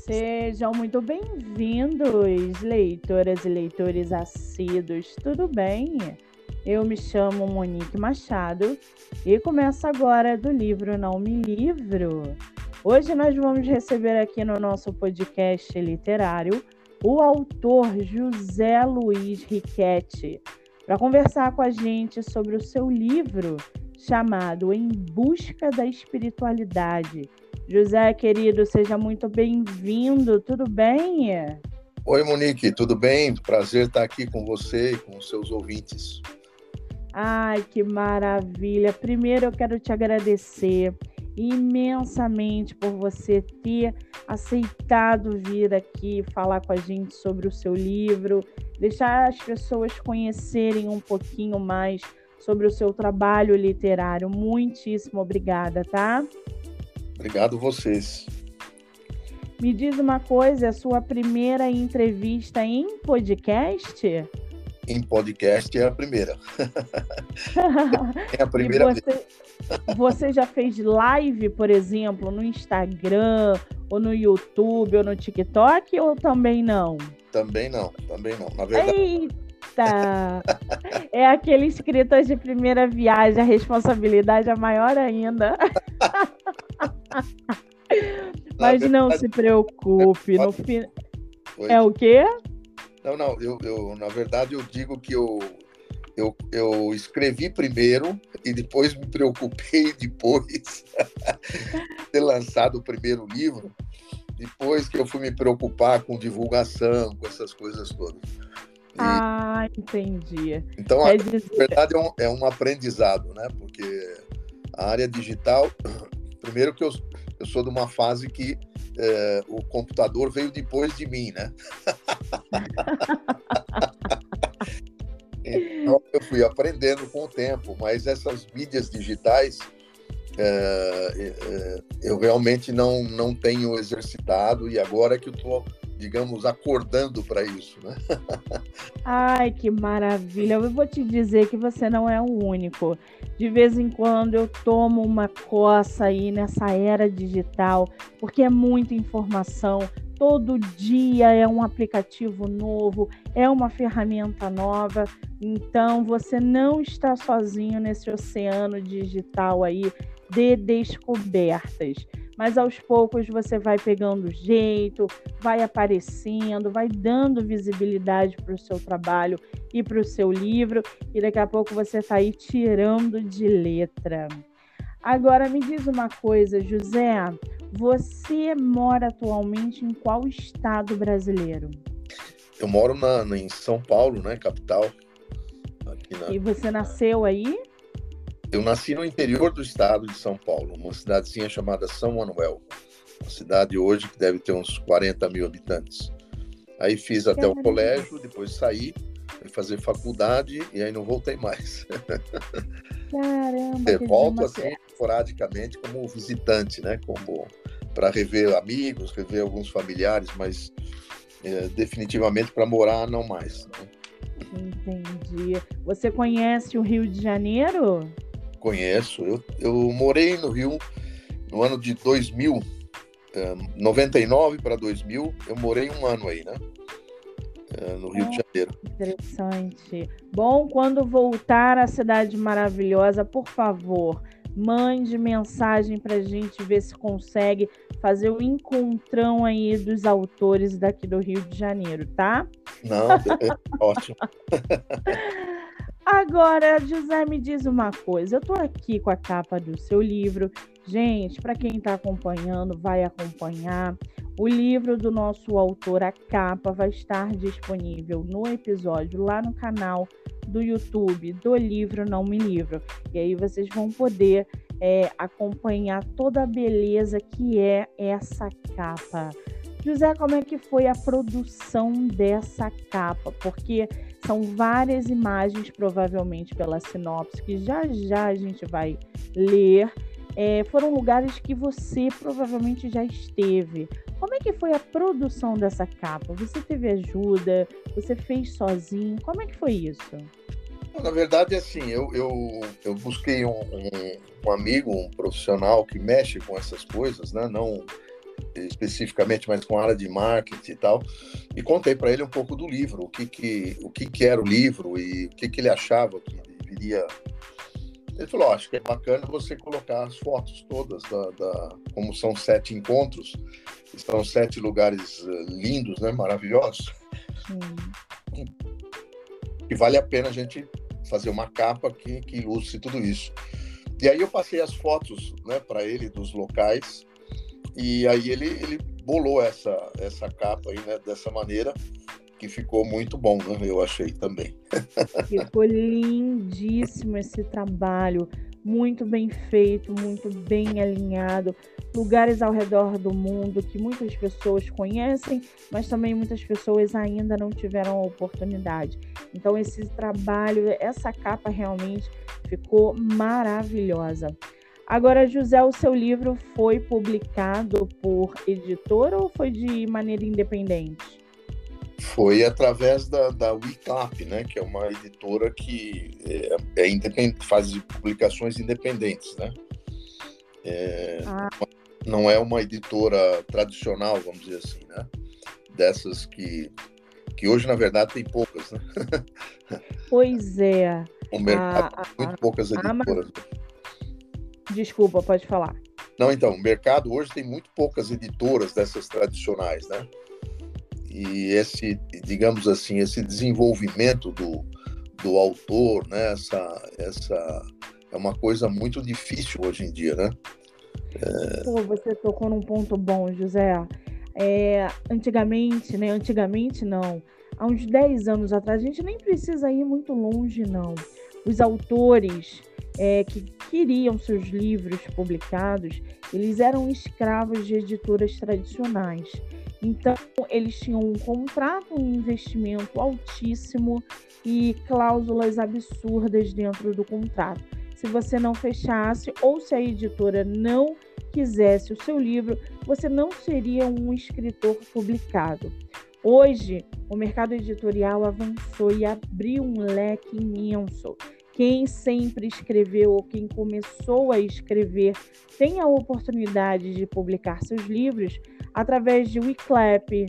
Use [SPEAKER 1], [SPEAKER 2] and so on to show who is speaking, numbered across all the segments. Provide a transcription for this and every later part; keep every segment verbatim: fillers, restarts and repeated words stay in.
[SPEAKER 1] Sejam muito bem-vindos, leitoras e leitores assíduos, tudo bem? Eu me chamo Monique Machado e começo agora do livro Não Me Livro. Hoje nós vamos receber aqui no nosso podcast literário o autor José Luiz Riquetti para conversar com a gente sobre o seu livro chamado Em Busca da Espiritualidade. José, querido, seja muito bem-vindo, tudo bem?
[SPEAKER 2] Oi, Monique, tudo bem? Prazer estar aqui com você e com os seus ouvintes.
[SPEAKER 1] Ai, que maravilha! Primeiro eu quero te agradecer imensamente por você ter aceitado vir aqui falar com a gente sobre o seu livro, deixar as pessoas conhecerem um pouquinho mais sobre o seu trabalho literário. Muitíssimo obrigada, tá?
[SPEAKER 2] Obrigado vocês.
[SPEAKER 1] Me diz uma coisa, é a sua primeira entrevista em podcast?
[SPEAKER 2] Em podcast é a primeira. É a primeira
[SPEAKER 1] e você,
[SPEAKER 2] vez.
[SPEAKER 1] Você já fez live, por exemplo, no Instagram, ou no YouTube, ou no TikTok, ou também não?
[SPEAKER 2] Também não, também não. Na verdade...
[SPEAKER 1] Eita! É aquele escritor de primeira viagem, a responsabilidade é maior ainda. Mas verdade, não se preocupe. No fi... É o quê?
[SPEAKER 2] Não, não. Eu, eu, na verdade, eu digo que eu, eu, eu escrevi primeiro e depois me preocupei depois de ter lançado o primeiro livro. Depois que eu fui me preocupar com divulgação, com essas coisas todas. E...
[SPEAKER 1] Ah, entendi.
[SPEAKER 2] Então, a, dizer... na verdade, é um, é um aprendizado, né? Porque a área digital... Primeiro que eu, eu sou de uma fase que é, o computador veio depois de mim, né? Então eu fui aprendendo com o tempo, mas essas mídias digitais é, é, eu realmente não, não tenho exercitado e agora é que eu estou, digamos, acordando para isso, né?
[SPEAKER 1] Ai, que maravilha! Eu vou te dizer que você não é o único. De vez em quando eu tomo uma coça aí nessa era digital, porque é muita informação. Todo dia é um aplicativo novo, é uma ferramenta nova. Então, você não está sozinho nesse oceano digital aí de descobertas. Mas aos poucos você vai pegando jeito, vai aparecendo, vai dando visibilidade para o seu trabalho e para o seu livro, e daqui a pouco você está aí tirando de letra. Agora me diz uma coisa, José, você mora atualmente em qual estado brasileiro?
[SPEAKER 2] Eu moro na, em São Paulo, né, capital.
[SPEAKER 1] Aqui na... E você nasceu aí?
[SPEAKER 2] Eu nasci no interior do estado de São Paulo, uma cidadezinha chamada São Manuel. Uma cidade hoje que deve ter uns quarenta mil habitantes. Aí fiz até Caramba. o colégio, depois saí, fui fazer faculdade e aí não voltei mais.
[SPEAKER 1] Caramba!
[SPEAKER 2] Eu volto assim, esporadicamente, como visitante, né? Como para rever amigos, rever alguns familiares, mas é, definitivamente para morar não mais. Né?
[SPEAKER 1] Entendi. Você conhece o Rio de Janeiro?
[SPEAKER 2] Conheço. Eu, eu morei no Rio no ano de dois mil, noventa e nove para dois mil. Eu morei um ano aí, né? No Rio
[SPEAKER 1] é,
[SPEAKER 2] de Janeiro.
[SPEAKER 1] Interessante. Bom, quando voltar à cidade maravilhosa, por favor, mande mensagem para a gente ver se consegue fazer o encontrão aí dos autores daqui do Rio de Janeiro, tá?
[SPEAKER 2] Não, é ótimo.
[SPEAKER 1] Agora, José, me diz uma coisa. Eu estou aqui com a capa do seu livro. Gente, para quem está acompanhando, vai acompanhar. O livro do nosso autor, a capa, vai estar disponível no episódio lá no canal do YouTube do livro Não Me Livro. E aí vocês vão poder é, acompanhar toda a beleza que é essa capa. José, como é que foi a produção dessa capa? Porque são várias imagens, provavelmente pela sinopse, que já já a gente vai ler. É, foram lugares que você provavelmente já esteve. Como é que foi a produção dessa capa? Você teve ajuda? Você fez sozinho? Como é que foi isso?
[SPEAKER 2] Na verdade, assim, eu, eu, eu busquei um, um, um amigo, um profissional que mexe com essas coisas, né? Não, especificamente, mas com a área de marketing e tal, e contei para ele um pouco do livro, o que que, o que que era o livro e o que que ele achava que deveria... Ele falou, oh, acho que é bacana você colocar as fotos todas, da, da, como são sete encontros, são sete lugares lindos, né, maravilhosos, hum. e vale a pena a gente fazer uma capa que, que ilustre tudo isso. E aí eu passei as fotos, né, para ele dos locais, e aí ele, ele bolou essa, essa capa aí, né, dessa maneira, que ficou muito bom, né, eu achei também.
[SPEAKER 1] Ficou lindíssimo esse trabalho, muito bem feito, muito bem alinhado, lugares ao redor do mundo que muitas pessoas conhecem, mas também muitas pessoas ainda não tiveram a oportunidade. Então esse trabalho, essa capa realmente ficou maravilhosa. Agora, José, o seu livro foi publicado por editora ou foi de maneira independente?
[SPEAKER 2] Foi através da, da Wiclap, né, que é uma editora que é, é independente, faz publicações independentes, né? É, ah. Não é uma editora tradicional, vamos dizer assim, né? Dessas que, que hoje, na verdade, tem poucas, né?
[SPEAKER 1] Pois é.
[SPEAKER 2] O mercado ah, tem muito poucas editoras.
[SPEAKER 1] Ah, Desculpa, pode falar.
[SPEAKER 2] Não, então, o mercado hoje tem muito poucas editoras dessas tradicionais, né? E esse, digamos assim, esse desenvolvimento do, do autor, né? Essa, essa é uma coisa muito difícil hoje em dia, né?
[SPEAKER 1] É... Pô, você tocou num ponto bom, José. É, antigamente, né? Antigamente não. Há uns dez anos atrás, a gente nem precisa ir muito longe, não. Os autores é, que queriam seus livros publicados, eles eram escravos de editoras tradicionais. Então, eles tinham um contrato, um investimento altíssimo e cláusulas absurdas dentro do contrato. Se você não fechasse ou se a editora não quisesse o seu livro, você não seria um escritor publicado. Hoje, o mercado editorial avançou e abriu um leque imenso. Quem sempre escreveu ou quem começou a escrever tem a oportunidade de publicar seus livros através de Wiclap,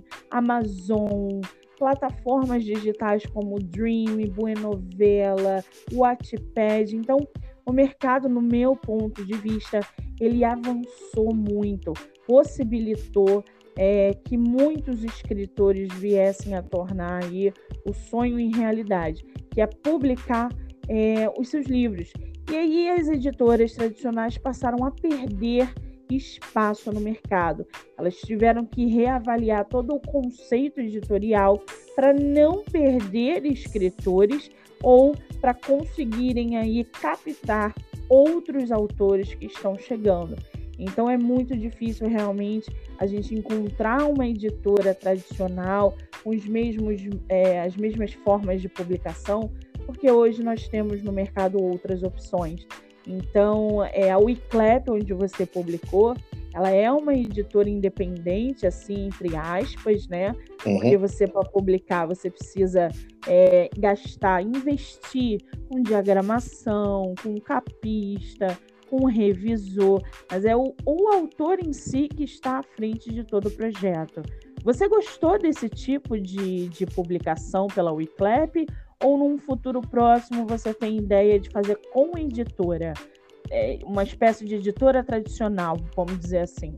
[SPEAKER 1] Amazon, plataformas digitais como Dream, Buenovela, Wattpad. Então, o mercado, no meu ponto de vista, ele avançou muito, possibilitou é, que muitos escritores viessem a tornar aí o sonho em realidade, que é publicar é, os seus livros. E aí as editoras tradicionais passaram a perder espaço no mercado. Elas tiveram que reavaliar todo o conceito editorial para não perder escritores ou para conseguirem aí captar outros autores que estão chegando. Então é muito difícil realmente a gente encontrar uma editora tradicional com os mesmos, é, as mesmas formas de publicação, porque hoje nós temos no mercado outras opções. Então, é, a Wiclap, onde você publicou, ela é uma editora independente, assim, entre aspas, né? Uhum. Porque você, para publicar, você precisa é, gastar, investir com diagramação, com capista, com revisor, mas é o, o autor em si que está à frente de todo o projeto. Você gostou desse tipo de, de publicação pela Wiclap? Ou num futuro próximo você tem ideia de fazer com editora, é, uma espécie de editora tradicional, vamos dizer assim?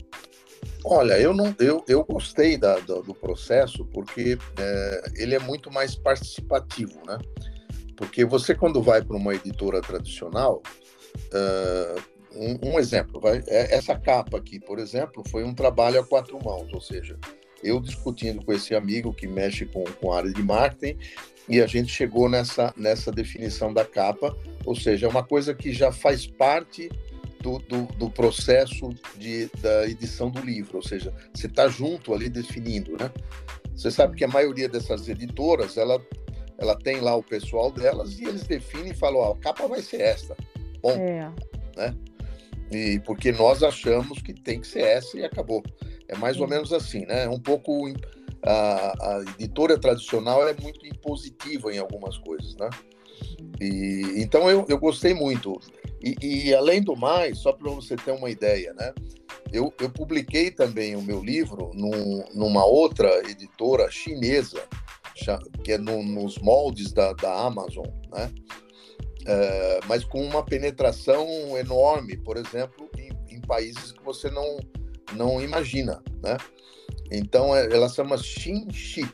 [SPEAKER 2] Olha, eu não, eu, eu gostei da, do, do processo porque é, ele é muito mais participativo, né? Porque você, quando vai para uma editora tradicional, uh, um, um exemplo, vai, essa capa aqui, por exemplo, foi um trabalho a quatro mãos, ou seja, eu discutindo com esse amigo que mexe com, com a área de marketing, e a gente chegou nessa, nessa definição da capa, ou seja, é uma coisa que já faz parte do, do, do processo de, da edição do livro, ou seja, você está junto ali definindo, né? Você sabe que a maioria dessas editoras, ela, ela tem lá o pessoal delas e eles definem e falam, ó, a capa vai ser esta, bom, é. né? E porque nós achamos que tem que ser essa e acabou. É mais Sim. ou menos assim, né? Um pouco... A, a editora tradicional é muito impositiva em algumas coisas, né? E, então eu, eu gostei muito. E, e além do mais, só para você ter uma ideia, né? Eu, eu publiquei também o meu livro num, numa outra editora chinesa, que é no, nos moldes da, da Amazon, né? É, mas com uma penetração enorme, por exemplo, em, em países que você não, não imagina, né? Então, ela chama Xinxi.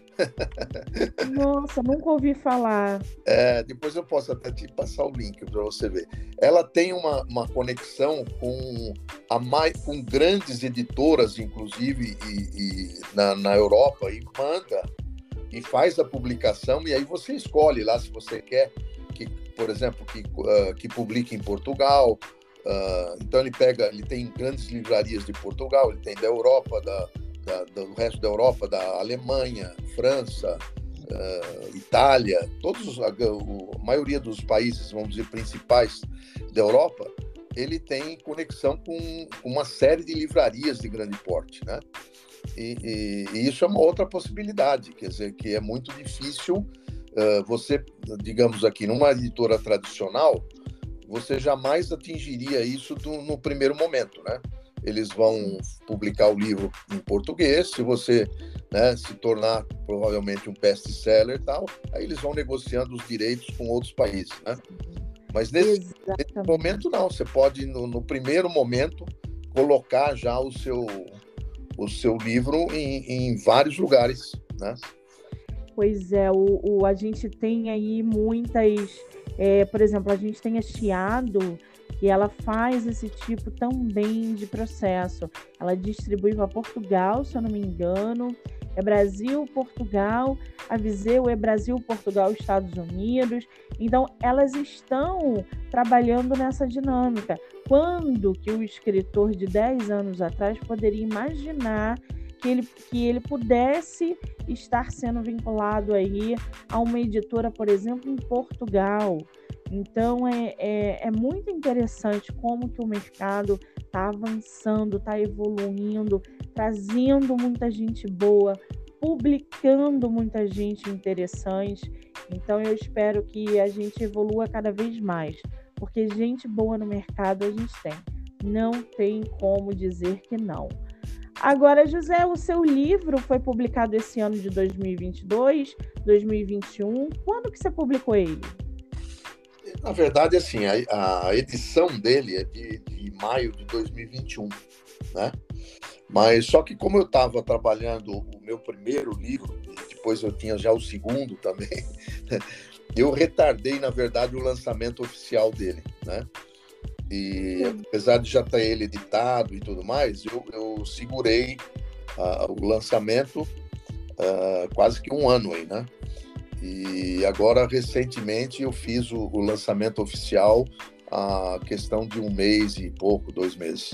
[SPEAKER 1] Nossa, nunca ouvi falar.
[SPEAKER 2] É, depois eu posso até te passar o link para você ver. Ela tem uma, uma conexão com, a mais, com grandes editoras, inclusive, e, e na, na Europa, e manda, e faz a publicação, e aí você escolhe lá se você quer que, por exemplo, que, uh, que publique em Portugal. Uh, então ele pega, ele tem grandes livrarias de Portugal, ele tem da Europa, da, da, do resto da Europa, da Alemanha, França, uh, Itália, todos, a, a maioria dos países, vamos dizer, principais da Europa, ele tem conexão com, com uma série de livrarias de grande porte, né? E, e, e isso é uma outra possibilidade, quer dizer, que é muito difícil uh, você, digamos aqui, numa editora tradicional, você jamais atingiria isso do, no primeiro momento, né? Eles vão publicar o livro em português, se você, né, se tornar provavelmente um best-seller e tal, aí eles vão negociando os direitos com outros países, né? Mas nesse, nesse momento não, você pode, no, no primeiro momento, colocar já o seu, o seu livro em, em vários lugares, né?
[SPEAKER 1] Pois é, o, o, a gente tem aí muitas... É, por exemplo, a gente tem a Chiado, e ela faz esse tipo também de processo. Ela distribui para Portugal, se eu não me engano, é Brasil, Portugal, a Viseu é Brasil, Portugal, Estados Unidos. Então, elas estão trabalhando nessa dinâmica. Quando que o escritor de dez anos atrás poderia imaginar que ele, que ele pudesse estar sendo vinculado aí a uma editora, por exemplo, em Portugal? Então, é, é, é muito interessante como que o mercado está avançando, está evoluindo, trazendo muita gente boa, publicando muita gente interessante. Então, eu espero que a gente evolua cada vez mais, porque gente boa no mercado a gente tem. Não tem como dizer que não. Agora, José, o seu livro foi publicado esse ano de dois mil e vinte e dois, dois mil e vinte e um. Quando que você publicou ele?
[SPEAKER 2] Na verdade, assim, a, a edição dele é de, de maio de dois mil e vinte e um, né? Mas só que como eu estava trabalhando o meu primeiro livro, e depois eu tinha já o segundo também, eu retardei, na verdade, o lançamento oficial dele, né? E apesar de já estar ele editado e tudo mais, eu, eu segurei uh, o lançamento uh, quase que um ano aí, né? E agora, recentemente, eu fiz o, o lançamento oficial a questão de um mês e pouco, dois meses.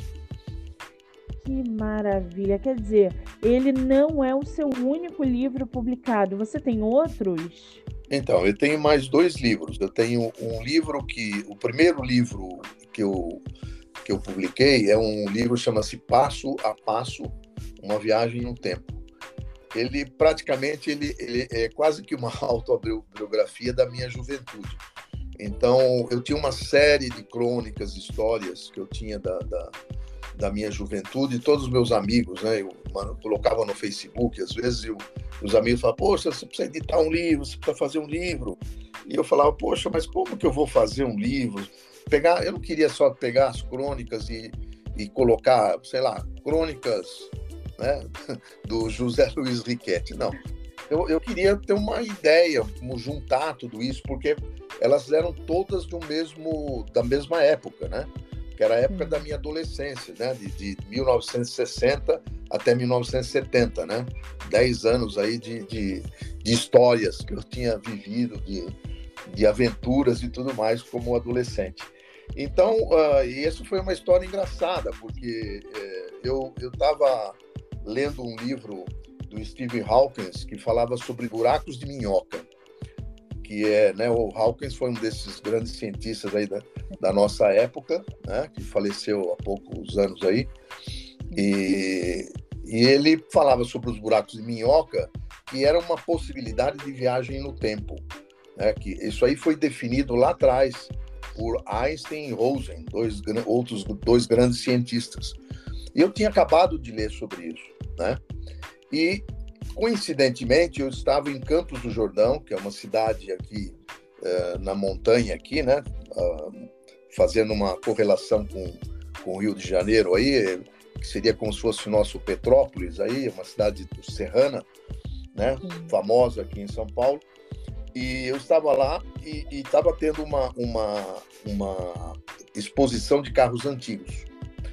[SPEAKER 1] Que maravilha! Quer dizer, ele não é o seu único livro publicado. Você tem outros?
[SPEAKER 2] Então, eu tenho mais dois livros. Eu tenho um livro que... O primeiro livro que eu, que eu publiquei é um livro que chama-se Passo a Passo, uma viagem no tempo. Ele, praticamente, ele, ele é quase que uma autobiografia da minha juventude. Então, eu tinha uma série de crônicas, histórias que eu tinha da, da, da minha juventude, e todos os meus amigos, né, eu, mano, colocava no Facebook, às vezes eu, os amigos falavam, poxa, você precisa editar um livro, você precisa fazer um livro. E eu falava, poxa, mas como que eu vou fazer um livro? Pegar, eu não queria só pegar as crônicas e, e colocar, sei lá, crônicas, né, do José Luiz Riquetti, não. Eu, eu queria ter uma ideia, como juntar tudo isso, porque elas eram todas do mesmo, da mesma época, né? Que era a época da minha adolescência, né? De, de mil novecentos e sessenta até mil novecentos e setenta, né? Dez anos aí de, de, de histórias que eu tinha vivido, de, de aventuras e tudo mais como adolescente. Então, uh, e isso foi uma história engraçada, porque uh, eu eu estava lendo um livro do Stephen Hawking, que falava sobre buracos de minhoca, que é, né, o Hawking foi um desses grandes cientistas aí da, da nossa época, né, que faleceu há poucos anos aí, e, e ele falava sobre os buracos de minhoca, que era uma possibilidade de viagem no tempo, né, que isso aí foi definido lá atrás por Einstein e Rosen, dois outros dois grandes cientistas. E eu tinha acabado de ler sobre isso, né? E, coincidentemente, eu estava em Campos do Jordão, que é uma cidade aqui uh, na montanha, aqui, né? Uh, fazendo uma correlação com, com o Rio de Janeiro, aí, que seria como se fosse o nosso Petrópolis, aí, uma cidade serrana, né? Famosa aqui em São Paulo. E eu estava lá e estava tendo uma, uma, uma exposição de carros antigos.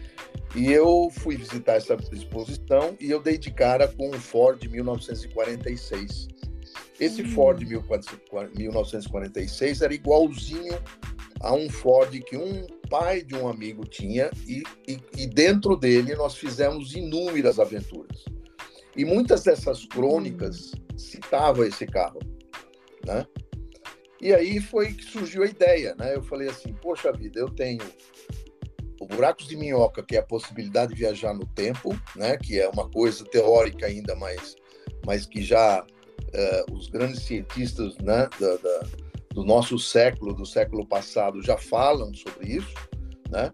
[SPEAKER 2] E eu fui visitar essa exposição e eu dei de cara com um Ford mil novecentos e quarenta e seis. Esse Ford mil novecentos e quarenta e seis era igualzinho a um Ford que um pai de um amigo tinha e, e, e dentro dele nós fizemos inúmeras aventuras. E muitas dessas crônicas citavam esse carro, né? E aí foi que surgiu a ideia, né? Eu falei assim, poxa vida, eu tenho o Buracos de Minhoca, que é a possibilidade de viajar no tempo, né? Que é uma coisa teórica ainda, mas, mas que já uh, os grandes cientistas, né, da, da, do nosso século, do século passado, já falam sobre isso, né?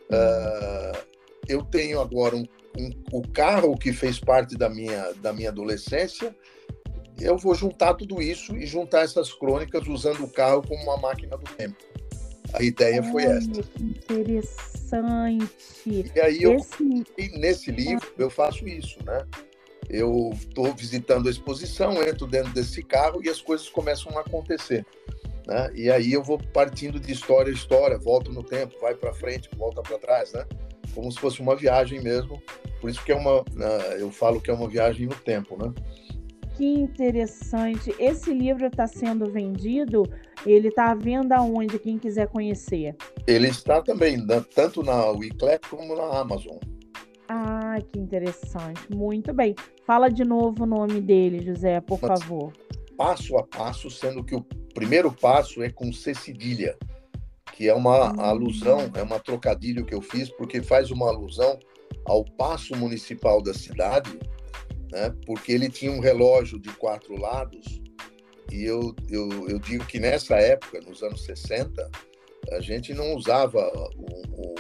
[SPEAKER 2] Uh, eu tenho agora um, um, o carro que fez parte da minha, da minha adolescência. Eu vou juntar tudo isso e juntar essas crônicas usando o carro como uma máquina do tempo. A ideia foi
[SPEAKER 1] Olha,
[SPEAKER 2] essa.
[SPEAKER 1] Que interessante.
[SPEAKER 2] E aí, eu,
[SPEAKER 1] Esse...
[SPEAKER 2] nesse livro, eu faço isso, né? Eu estou visitando a exposição, entro dentro desse carro e as coisas começam a acontecer, né? E aí eu vou partindo de história a história, volto no tempo, vai para frente, volta para trás, né? Como se fosse uma viagem mesmo. Por isso que é uma, eu falo que é uma viagem no tempo, né?
[SPEAKER 1] Que interessante. Esse livro está sendo vendido, ele está à venda onde, quem quiser conhecer?
[SPEAKER 2] Ele está também, tanto na Wiclap como na Amazon.
[SPEAKER 1] Ah, que interessante. Muito bem. Fala de novo o nome dele, José, por
[SPEAKER 2] Mas,
[SPEAKER 1] favor.
[SPEAKER 2] Passo a passo, sendo que o primeiro passo é com C cedilha, que é uma hum. alusão, é uma trocadilho que eu fiz, porque faz uma alusão ao Paço Municipal da cidade, né? Porque ele tinha um relógio de quatro lados, e eu, eu, eu digo que nessa época, nos anos sessenta, a gente não usava o, o,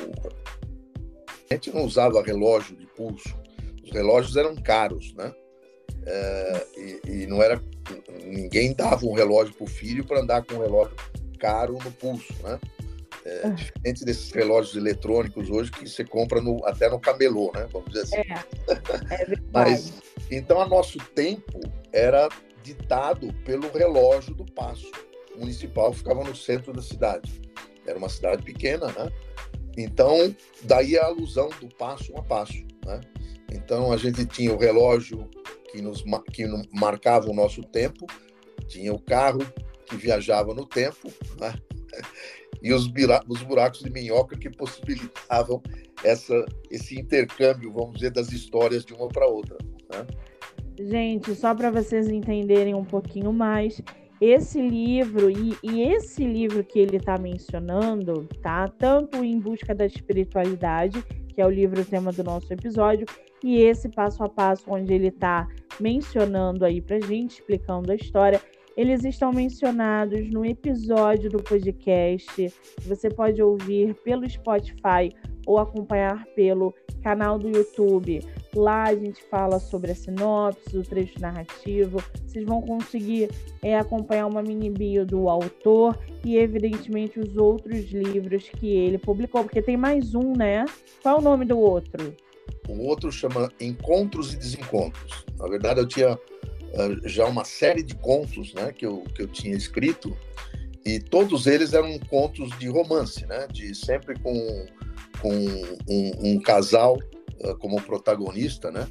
[SPEAKER 2] a gente não usava relógio de pulso. Os relógios eram caros, né? É, e, e não era, ninguém dava um relógio para o filho para andar com um relógio caro no pulso, né? É, diferente desses relógios eletrônicos hoje que você compra no, até no camelô, né? Vamos dizer assim.
[SPEAKER 1] É, é verdade.
[SPEAKER 2] Mas, então, o nosso tempo era ditado pelo relógio do Paço Municipal, que ficava no centro da cidade. Era uma cidade pequena, né? Então, daí a alusão do passo a passo, né? Então, a gente tinha o relógio que nos que marcava o nosso tempo, tinha o carro que viajava no tempo, né? E os, os buracos de minhoca que possibilitavam essa, esse intercâmbio, vamos dizer, das histórias de uma para outra, né?
[SPEAKER 1] Gente, só para vocês entenderem um pouquinho mais, esse livro e, e esse livro que ele está mencionando, tá? Tanto Em Busca da Espiritualidade, que é o livro tema do nosso episódio, e esse Passo a Passo, onde ele está mencionando aí pra gente, explicando a história, eles estão mencionados no episódio do podcast. Você pode ouvir pelo Spotify ou acompanhar pelo canal do YouTube. Lá a gente fala sobre a sinopse, o trecho narrativo. Vocês vão conseguir é, acompanhar uma mini bio do autor e, evidentemente, os outros livros que ele publicou, porque tem mais um, né? Qual é o nome do outro?
[SPEAKER 2] O outro chama Encontros e Desencontros. Na verdade, eu tinha uh, já uma série de contos, né, que eu, que eu tinha escrito, e todos eles eram contos de romance, né? De sempre com, com um, um casal uh, como protagonista, né?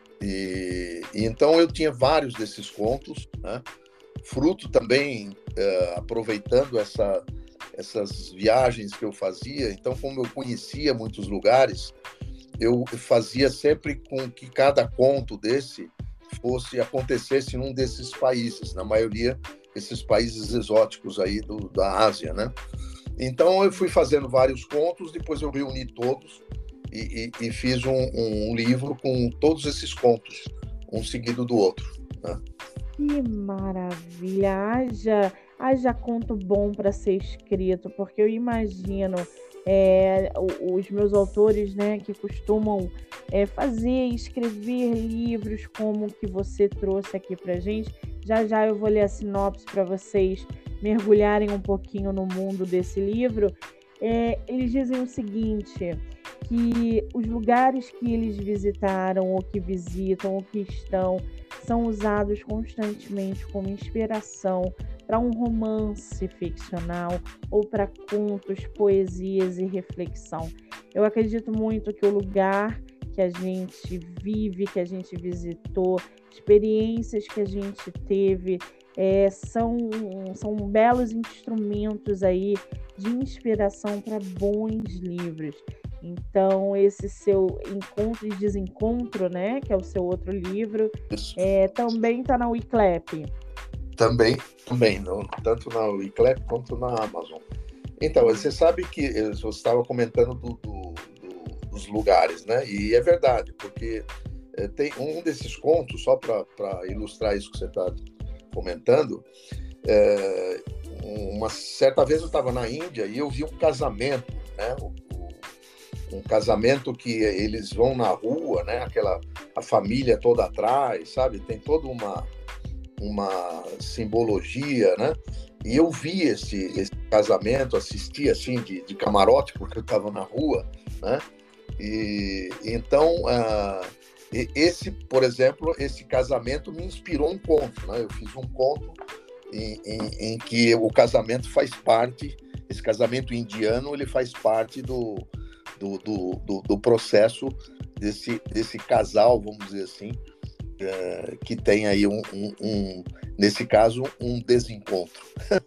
[SPEAKER 2] E, e então eu tinha vários desses contos, né? Fruto também, uh, aproveitando essa, essas viagens que eu fazia. Então, como eu conhecia muitos lugares, eu fazia sempre com que cada conto desse fosse acontecesse num desses países, na maioria esses países exóticos aí do, da Ásia, né? Então eu fui fazendo vários contos, depois eu reuni todos e, e, e fiz um, um livro com todos esses contos, um seguido do outro, né?
[SPEAKER 1] Que maravilha! Haja, haja conto bom para ser escrito, porque eu imagino é, os meus autores, né, que costumam é, fazer, escrever livros como o que você trouxe aqui para gente. Já já eu vou ler a sinopse para vocês mergulharem um pouquinho no mundo desse livro. É, eles dizem o seguinte, que os lugares que eles visitaram, ou que visitam, ou que estão, são usados constantemente como inspiração para um romance ficcional ou para contos, poesias e reflexão. Eu acredito muito que o lugar que a gente vive, que a gente visitou, experiências que a gente teve, é, são, são belos instrumentos aí de inspiração para bons livros. Então, esse seu Encontro e Desencontro, né, que é o seu outro livro, é, também está na Wiclap.
[SPEAKER 2] Também, também, no, tanto na Wiclap quanto na Amazon. Então, você sabe que você estava comentando do, do, do, dos lugares, né? E é verdade, porque é, tem um desses contos, só para ilustrar isso que você está comentando, é, uma certa vez eu estava na Índia e eu vi um casamento, né? Um casamento que eles vão na rua, né? Aquela, a família toda atrás, sabe? Tem toda uma, uma simbologia, né? E eu vi esse, esse casamento, assisti assim de, de camarote, porque eu estava na rua, né? E então, uh, esse, por exemplo, esse casamento me inspirou um conto, né? Eu fiz um conto em, em, em que o casamento faz parte, esse casamento indiano, ele faz parte do Do, do, do, do processo desse, desse casal, vamos dizer assim, é, que tem aí, um, um, um, nesse caso, um desencontro.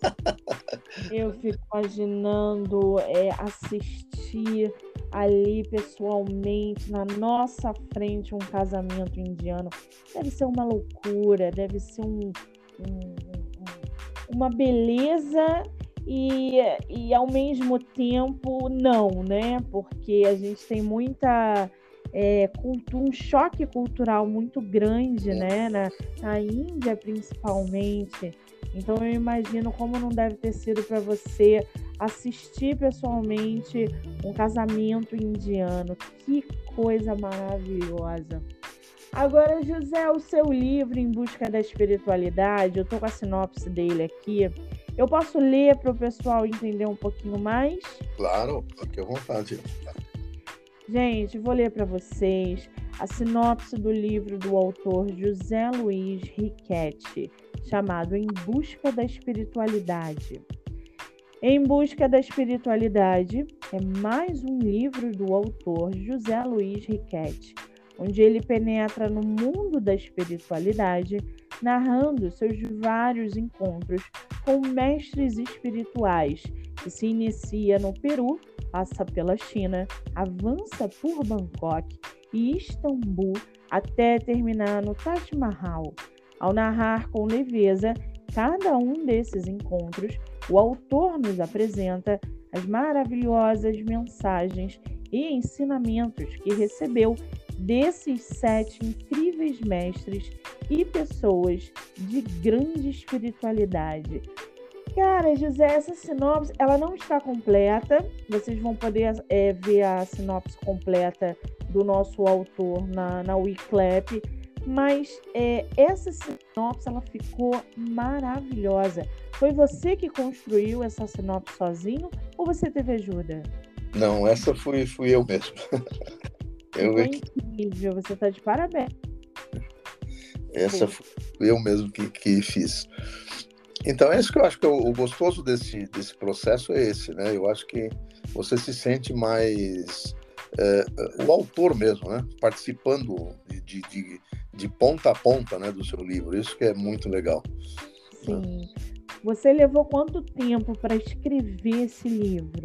[SPEAKER 1] Eu fico imaginando é, assistir ali pessoalmente, na nossa frente, um casamento indiano. Deve ser uma loucura, deve ser um, um, uma beleza... E, e ao mesmo tempo não, né? Porque a gente tem muita é, cultura, um choque cultural muito grande, né? Na, na Índia principalmente. Então eu imagino como não deve ter sido para você assistir pessoalmente um casamento indiano. Que coisa maravilhosa! Agora, José, o seu livro Em Busca da Espiritualidade, eu tô com a sinopse dele aqui. Eu posso ler para o pessoal entender um pouquinho mais?
[SPEAKER 2] Claro, fique à vontade.
[SPEAKER 1] Gente, vou ler para vocês a sinopse do livro do autor José Luiz Riquetti, chamado Em Busca da Espiritualidade. Em Busca da Espiritualidade é mais um livro do autor José Luiz Riquetti, onde ele penetra no mundo da espiritualidade, narrando seus vários encontros com mestres espirituais, que se inicia no Peru, passa pela China, avança por Bangkok e Istambul até terminar no Taj Mahal. Ao narrar com leveza cada um desses encontros, o autor nos apresenta as maravilhosas mensagens e ensinamentos que recebeu desses sete incríveis mestres e pessoas de grande espiritualidade. Cara, José, essa sinopse, ela não está completa. Vocês vão poder é, ver a sinopse completa do nosso autor na, na Wiclap, mas é, essa sinopse, ela ficou maravilhosa. Foi você que construiu essa sinopse sozinho ou você teve ajuda?
[SPEAKER 2] Não, essa fui, fui eu mesmo.
[SPEAKER 1] Eu Foi incrível, você está de parabéns.
[SPEAKER 2] Essa fui eu mesmo que, que fiz. Então, é isso que eu acho que é o, o gostoso desse, desse processo é esse, né? Eu acho que você se sente mais é, o autor mesmo, né? Participando de, de, de, de ponta a ponta, né, do seu livro. Isso que é muito legal.
[SPEAKER 1] Sim. Né? Você levou quanto tempo para escrever esse livro?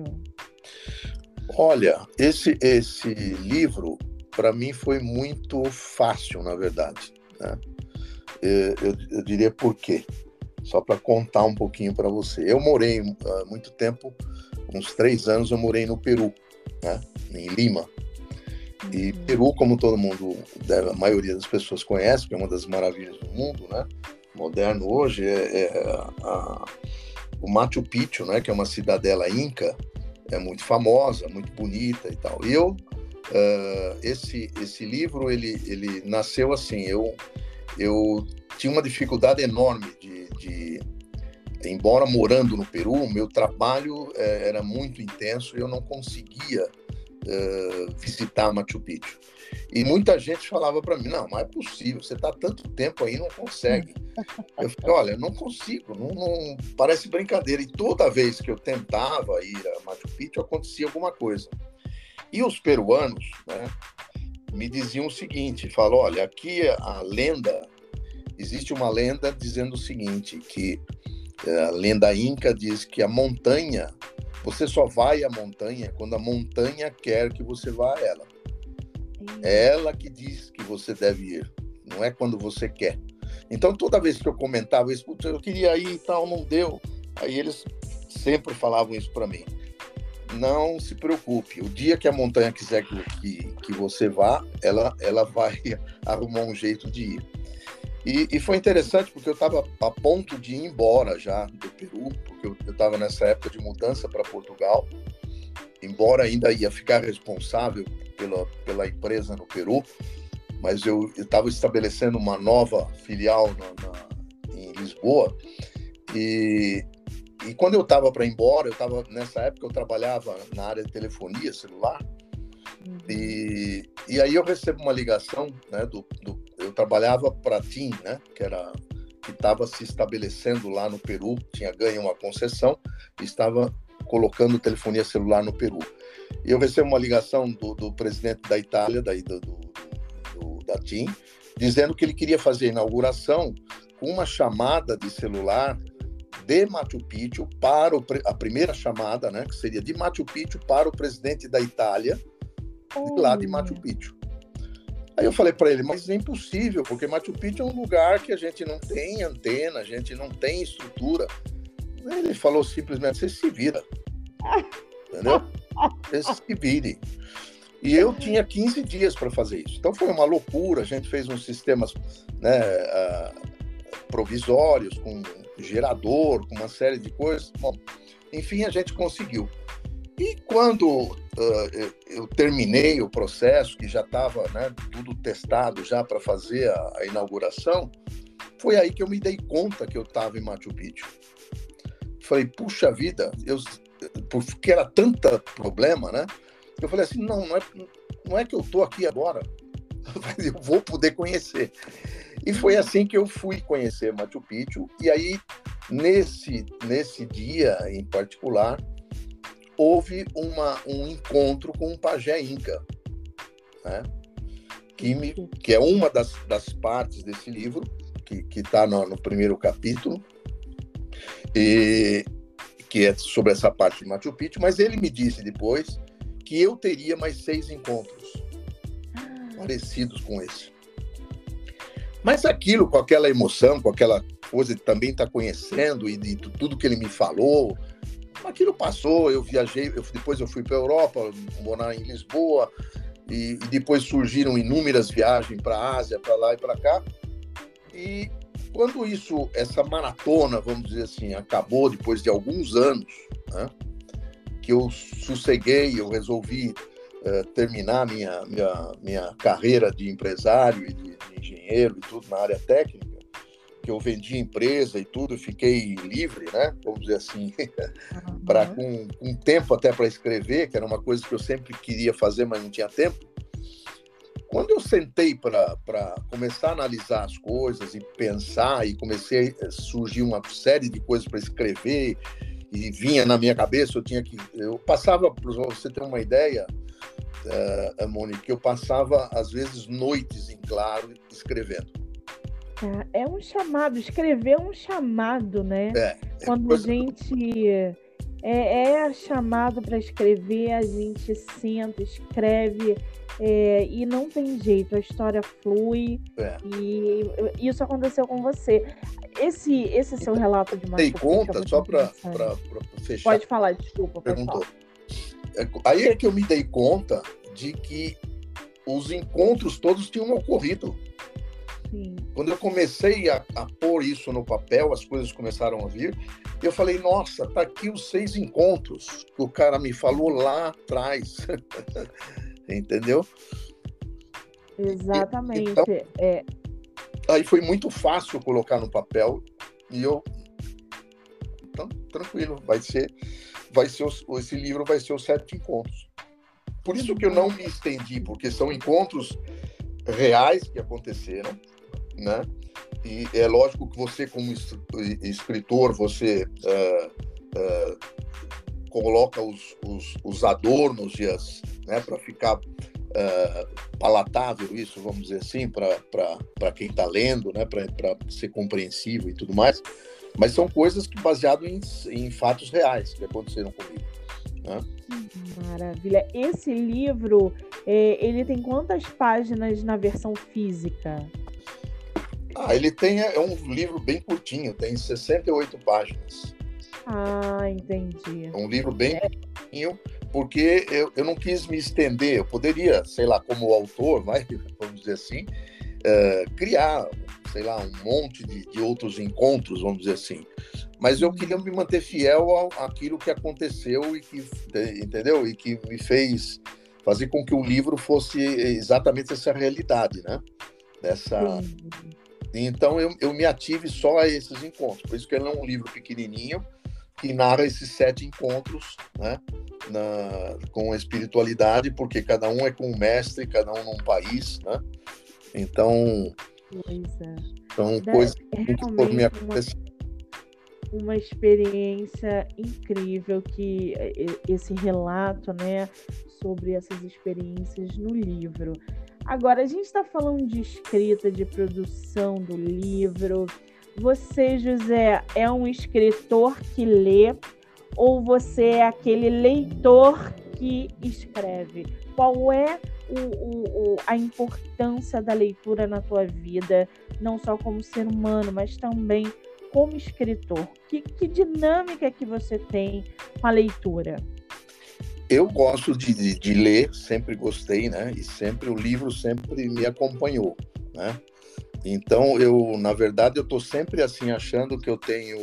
[SPEAKER 2] Olha, esse, esse livro, para mim, foi muito fácil, na verdade, né? Eu, eu, eu diria por quê. Só para contar um pouquinho para você. Eu morei há uh, muito tempo, uns três anos, eu morei no Peru, né? Em Lima. E uhum. Peru, como todo mundo, deve, a maioria das pessoas conhece, que é uma das maravilhas do mundo, né? Moderno hoje, é, é a, o Machu Picchu, né? Que é uma cidadela inca, é muito famosa, muito bonita e tal. E eu, uh, esse, esse livro, ele, ele nasceu assim, eu, eu tinha uma dificuldade enorme de, de, embora morando no Peru, meu trabalho eh, era muito intenso e eu não conseguia uh, visitar Machu Picchu. E muita gente falava para mim, não, mas é possível, você está tanto tempo aí e não consegue. Eu falei, olha, não consigo, não, não, parece brincadeira. E toda vez que eu tentava ir a Machu Picchu, acontecia alguma coisa. E os peruanos, né, me diziam o seguinte, falam, olha, aqui a lenda, existe uma lenda dizendo o seguinte, que a lenda inca diz que a montanha, você só vai à montanha quando a montanha quer que você vá a ela. É ela que diz que você deve ir, não é quando você quer. Então, toda vez que eu comentava isso, eu queria ir e tal, não deu. Aí eles sempre falavam isso para mim. Não se preocupe, o dia que a montanha quiser que, que, que você vá, ela, ela vai arrumar um jeito de ir. E, e foi interessante porque eu estava a ponto de ir embora já do Peru, porque eu estava nessa época de mudança para Portugal, embora ainda ia ficar responsável pela, pela empresa no Peru, mas eu estava estabelecendo uma nova filial na, na, em Lisboa, e, e quando eu estava para ir embora, eu estava, nessa época eu trabalhava na área de telefonia celular, uhum. e, e aí eu recebo uma ligação, né, do, do, eu trabalhava para a TIM, né, que era que estava se estabelecendo lá no Peru, tinha ganho uma concessão, e estava colocando telefonia celular no Peru. E eu recebo uma ligação do, do presidente da Itália, daí do, do, do, da TIM, dizendo que ele queria fazer a inauguração com uma chamada de celular de Machu Picchu para o, a primeira chamada, né, que seria de Machu Picchu para o presidente da Itália, oh. lá de Machu Picchu. Aí eu falei para ele, mas é impossível, porque Machu Picchu é um lugar que a gente não tem antena, a gente não tem estrutura. Ele falou simplesmente, você se vira, entendeu? Você se vire. E eu tinha quinze dias para fazer isso. Então foi uma loucura, a gente fez uns sistemas, né, uh, provisórios, com gerador, com uma série de coisas. Bom, enfim, a gente conseguiu. E quando uh, eu, eu terminei o processo, que já estava, né, tudo testado já para fazer a, a inauguração, foi aí que eu me dei conta que eu estava em Machu Picchu. Falei, puxa vida, eu, porque era tanta problema, né? Eu falei assim, não, não é, não é que eu estou aqui agora, eu vou poder conhecer. E foi assim que eu fui conhecer Machu Picchu. E aí, nesse, nesse dia em particular, houve uma, um encontro com um pajé inca, né? que, me, que é uma das, das partes desse livro, que está no, no primeiro capítulo, e, que é sobre essa parte de Machu Picchu, mas ele me disse depois que eu teria mais seis encontros parecidos com esse. Mas aquilo, com aquela emoção, com aquela coisa de também estar conhecendo e de tudo que ele me falou, aquilo passou, eu viajei, eu, depois eu fui para a Europa, morar em Lisboa, e, e depois surgiram inúmeras viagens para a Ásia, para lá e para cá, e quando isso, essa maratona, vamos dizer assim, acabou depois de alguns anos, né, que eu sosseguei, eu resolvi uh, terminar minha, minha, minha carreira de empresário e de, de engenheiro e tudo na área técnica, que eu vendi empresa e tudo, fiquei livre, né, vamos dizer assim, uhum. pra, com, com tempo até para escrever, que era uma coisa que eu sempre queria fazer, mas não tinha tempo. Quando eu sentei para começar a analisar as coisas e pensar, e comecei a surgir uma série de coisas para escrever, e vinha na minha cabeça, eu tinha que... Eu passava, para você ter uma ideia, uh, Mônica, eu passava, às vezes, noites em claro escrevendo.
[SPEAKER 1] É um chamado, escrever é um chamado, né?
[SPEAKER 2] É,
[SPEAKER 1] Quando
[SPEAKER 2] é coisa...
[SPEAKER 1] a gente é, é chamado para escrever, a gente senta, escreve... É, e não tem jeito, a história flui, é. E isso aconteceu com você. Esse, esse seu relato de Machu Picchu...
[SPEAKER 2] Dei conta, só para fechar...
[SPEAKER 1] Pode falar, desculpa.
[SPEAKER 2] Perguntou. Aí é que eu me dei conta de que os encontros todos tinham ocorrido.
[SPEAKER 1] Sim.
[SPEAKER 2] quando eu comecei a, a pôr isso no papel, as coisas começaram a vir, eu falei, nossa, tá aqui os seis encontros que o cara me falou lá atrás. Entendeu?
[SPEAKER 1] Exatamente.
[SPEAKER 2] Então,
[SPEAKER 1] é...
[SPEAKER 2] aí foi muito fácil colocar no papel e eu... Então, tranquilo, vai ser, vai ser os, esse livro vai ser os sete encontros. Por isso que eu não me estendi, porque são encontros reais que aconteceram, né? E é lógico que você, como escritor, você uh, uh, coloca os, os, os adornos e as, né, para ficar uh, palatável isso, vamos dizer assim, para quem está lendo, né, para ser compreensível e tudo mais. Mas são coisas que baseadas em, em fatos reais que aconteceram comigo, né?
[SPEAKER 1] Maravilha. Esse livro, é, ele tem quantas páginas na versão física?
[SPEAKER 2] Ah, ele tem, é um livro bem curtinho, tem sessenta e oito páginas.
[SPEAKER 1] Ah, entendi.
[SPEAKER 2] É um livro bem é. curtinho, porque eu, eu não quis me estender. Eu poderia, sei lá, como autor, vai, vamos dizer assim, uh, criar, sei lá, um monte de, de outros encontros, vamos dizer assim. Mas eu queria me manter fiel ao, àquilo que aconteceu e que, entendeu? E que me fez fazer com que o livro fosse exatamente essa realidade, né? Dessa... Então eu, eu me ative só a esses encontros. Por isso que ele é um livro pequenininho que narra esses sete encontros, né? Na, com a espiritualidade, porque cada um é com um mestre, cada um num país, né? Então,
[SPEAKER 1] pois é.
[SPEAKER 2] são coisas que por me acontecer.
[SPEAKER 1] Uma experiência incrível que esse relato, né, sobre essas experiências no livro. Agora, a gente está falando de escrita, de produção do livro. Você, José, é um escritor que lê ou você é aquele leitor que escreve? Qual é o, o, a importância da leitura na tua vida, não só como ser humano, mas também como escritor? Que, que dinâmica que você tem com a leitura?
[SPEAKER 2] Eu gosto de, de, de ler, sempre gostei, né? E sempre o livro sempre me acompanhou, né? Então, eu, na verdade, eu estou sempre assim achando que eu tenho,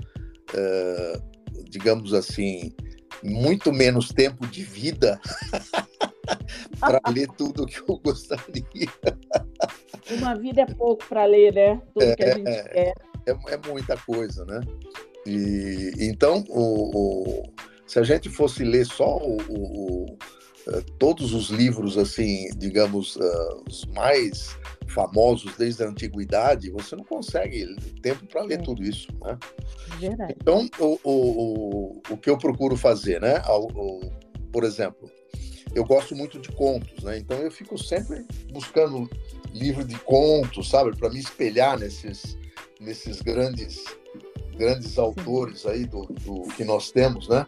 [SPEAKER 2] uh, digamos assim, muito menos tempo de vida para ler tudo que eu gostaria.
[SPEAKER 1] Uma vida é pouco para ler, né? Tudo é, que a gente quer.
[SPEAKER 2] É, é muita coisa, né? E, então, o, o, se a gente fosse ler só o, o, o, todos os livros, assim, digamos, uh, os mais famosos desde a antiguidade, você não consegue tempo para ler é. tudo isso, né?
[SPEAKER 1] Verdade.
[SPEAKER 2] Então, o, o, o que eu procuro fazer, né? O, o, por exemplo, eu gosto muito de contos, né? Então, eu fico sempre buscando livro de contos, sabe? Para me espelhar nesses, nesses grandes, grandes autores aí do, do que nós temos, né?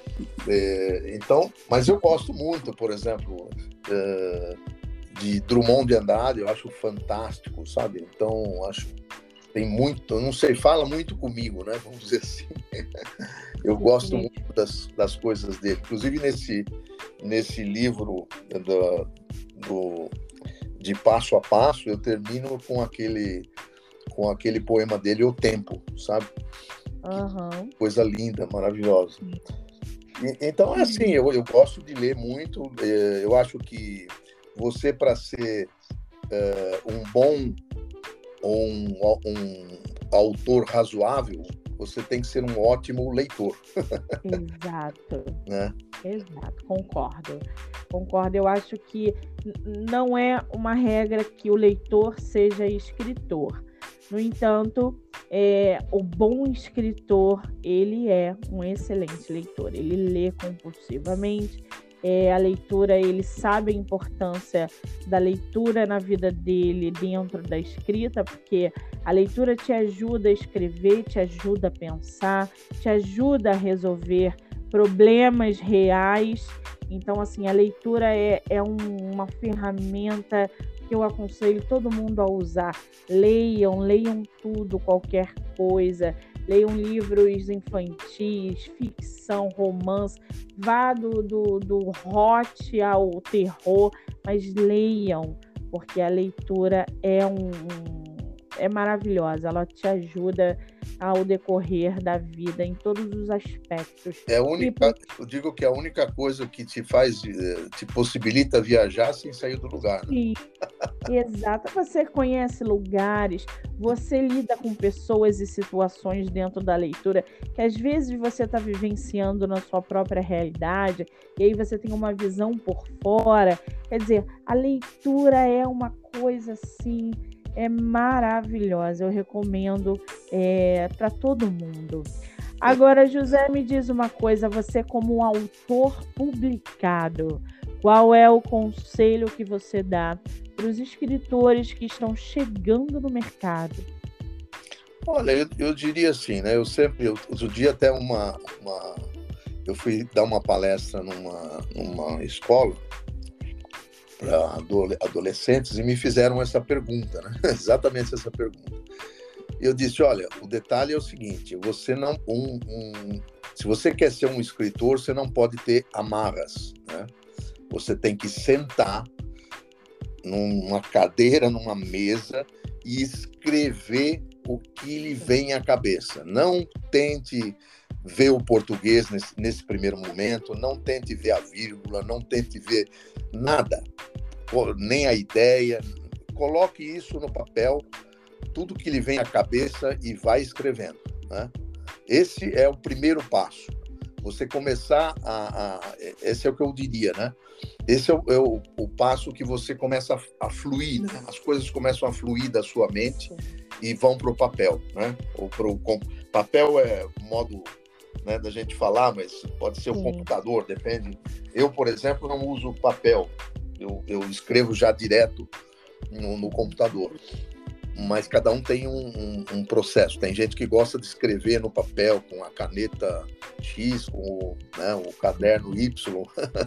[SPEAKER 2] É, então, mas eu gosto muito, por exemplo, é, de Drummond de Andrade, eu acho fantástico, sabe? Então, acho tem muito, eu não sei, fala muito comigo, né? Vamos dizer assim. Eu gosto muito das, das coisas dele. Inclusive nesse, nesse livro do, do, de Passo a Passo, eu termino com aquele, com aquele poema dele, O Tempo, sabe?
[SPEAKER 1] Uhum.
[SPEAKER 2] Coisa linda, maravilhosa. E, então, é assim, eu, eu gosto de ler muito. É, eu acho que você, para ser é, um bom um, um autor razoável, você tem que ser um ótimo leitor.
[SPEAKER 1] Exato.
[SPEAKER 2] Né?
[SPEAKER 1] Exato, concordo. Concordo. Eu acho que não é uma regra que o leitor seja escritor. No entanto, é, o bom escritor, ele é um excelente leitor. Ele lê compulsivamente. É, a leitura, ele sabe a importância da leitura na vida dele dentro da escrita, porque a leitura te ajuda a escrever, te ajuda a pensar, te ajuda a resolver problemas reais. Então, assim, a leitura é, é um, uma ferramenta que eu aconselho todo mundo a usar. Leiam, leiam tudo, qualquer coisa. Leiam livros infantis, ficção, romance. Vá do, do, do hot ao terror, mas leiam, porque a leitura é um, é maravilhosa, ela te ajuda ao decorrer da vida em todos os aspectos.
[SPEAKER 2] É a única, eu digo que é a única coisa que te faz, te possibilita viajar sem sair do lugar, né?
[SPEAKER 1] Sim, exato. Você conhece lugares, você lida com pessoas e situações dentro da leitura que às vezes você está vivenciando na sua própria realidade e aí você tem uma visão por fora. Quer dizer, a leitura é uma coisa assim, é maravilhosa. Eu recomendo é, para todo mundo. Agora, José, me diz uma coisa, você como um autor publicado, qual é o conselho que você dá para os escritores que estão chegando no mercado?
[SPEAKER 2] Olha, eu, eu diria assim, né? Eu sempre, eu, outro dia até uma, uma, eu fui dar uma palestra numa, numa escola para adolescentes e me fizeram essa pergunta, né? Exatamente essa pergunta. Eu disse, olha, o detalhe é o seguinte, você não, um, um, se você quer ser um escritor, você não pode ter amarras, né? Você tem que sentar numa cadeira, numa mesa e escrever o que lhe vem à cabeça. Não tente ver o português nesse, nesse primeiro momento, não tente ver a vírgula, não tente ver nada, nem a ideia. Coloque isso no papel, tudo que lhe vem à cabeça e vai escrevendo, né? Esse é o primeiro passo. Você começar a, a... Esse é o que eu diria, né? Esse é o, é o, o passo que você começa a, a fluir, né? As coisas começam a fluir da sua mente e vão para o papel, né? Ou pro, com, papel é modo, né, da gente falar, mas pode ser o computador, depende. Eu, por exemplo, não uso papel. Eu, eu escrevo já direto no, no computador. Mas cada um tem um, um, um processo. Tem gente que gosta de escrever no papel com a caneta X, com o, né, o caderno Y,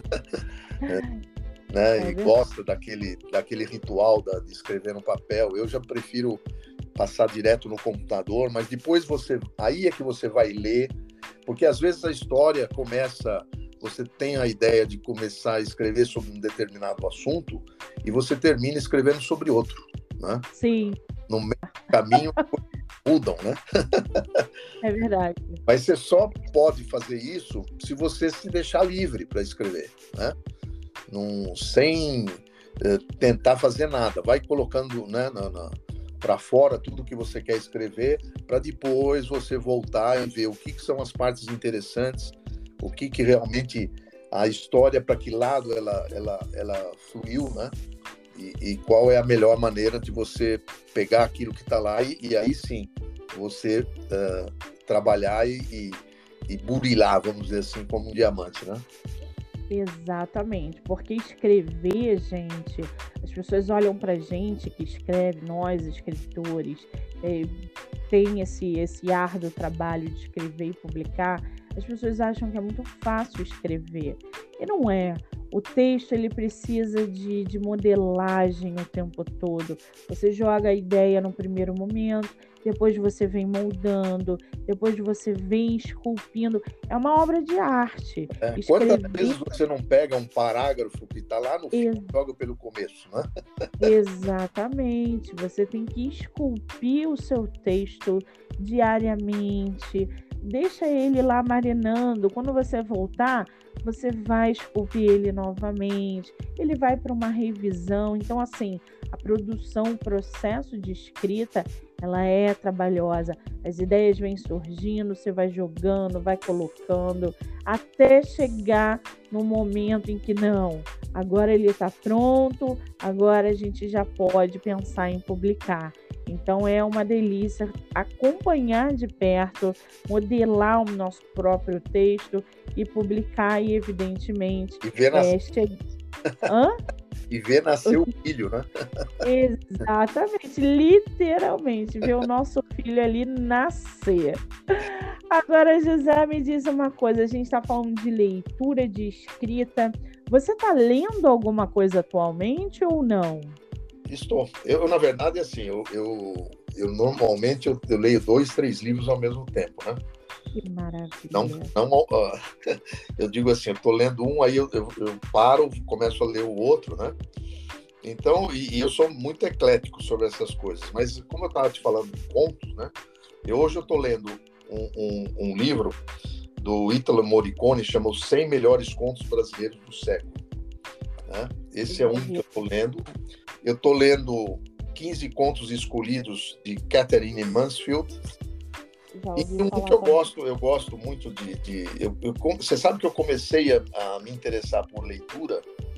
[SPEAKER 2] né, é e gosta daquele, daquele ritual da, de escrever no papel. Eu já prefiro passar direto no computador, mas depois você, aí é que você vai ler, porque às vezes a história começa, você tem a ideia de começar a escrever sobre um determinado assunto e você termina escrevendo sobre outro, né?
[SPEAKER 1] Sim.
[SPEAKER 2] No meio do caminho mudam, né?
[SPEAKER 1] É verdade.
[SPEAKER 2] Mas você só pode fazer isso se você se deixar livre para escrever, né? Não, sem eh, tentar fazer nada. Vai colocando, né, na, na, para fora tudo que você quer escrever, para depois você voltar e ver o que, que são as partes interessantes, o que, que realmente a história, para que lado ela, ela, ela fluiu, né? E, e qual é a melhor maneira de você pegar aquilo que está lá e, e aí sim você uh, trabalhar e, e, e burilar, vamos dizer assim, como um diamante, né?
[SPEAKER 1] Exatamente, porque escrever, gente, as pessoas olham pra gente que escreve, nós escritores, é, tem esse, esse árduo trabalho de escrever e publicar, as pessoas acham que é muito fácil escrever, e não é. O texto, ele precisa de, de modelagem o tempo todo. Você joga a ideia no primeiro momento, depois você vem moldando, depois você vem esculpindo. É uma obra de arte.
[SPEAKER 2] É, Escrever... Quantas vezes você não pega um parágrafo que está lá no fim
[SPEAKER 1] Ex...
[SPEAKER 2] e joga pelo começo, né?
[SPEAKER 1] Exatamente. Você tem que esculpir o seu texto diariamente. Deixa ele lá marinando. Quando você voltar, você vai esculpir ele novamente. Ele vai para uma revisão. Então, assim, a produção, o processo de escrita, ela é trabalhosa. As ideias vêm surgindo, você vai jogando, vai colocando, até chegar no momento em que não, agora ele está pronto, agora a gente já pode pensar em publicar. Então é uma delícia acompanhar de perto, modelar o nosso próprio texto e publicar, e evidentemente...
[SPEAKER 2] E ver nas...
[SPEAKER 1] é, che... Hã?
[SPEAKER 2] E ver nascer o filho, né?
[SPEAKER 1] Exatamente, literalmente, ver o nosso filho ali nascer. Agora, José, me diz uma coisa, a gente está falando de leitura, de escrita. Você está lendo alguma coisa atualmente ou não?
[SPEAKER 2] Estou. Eu, na verdade, assim, eu, eu, eu normalmente eu, eu leio dois, três livros ao mesmo tempo, né?
[SPEAKER 1] Que maravilha.
[SPEAKER 2] Não, não, uh, eu digo assim, eu estou lendo um, aí eu, eu, eu paro, começo a ler o outro, né? Então, e, e eu sou muito eclético sobre essas coisas, mas como eu estava te falando de contos, né? Eu, hoje eu estou lendo um, um, um livro do Ítalo Morricone, chama Os cem Melhores Contos Brasileiros do Século. Né? Esse é um que eu estou lendo. Eu estou lendo quinze Contos Escolhidos, de Catherine Mansfield. E um que eu gosto, eu gosto muito de... de eu, eu, você sabe que eu comecei a, a me interessar por leitura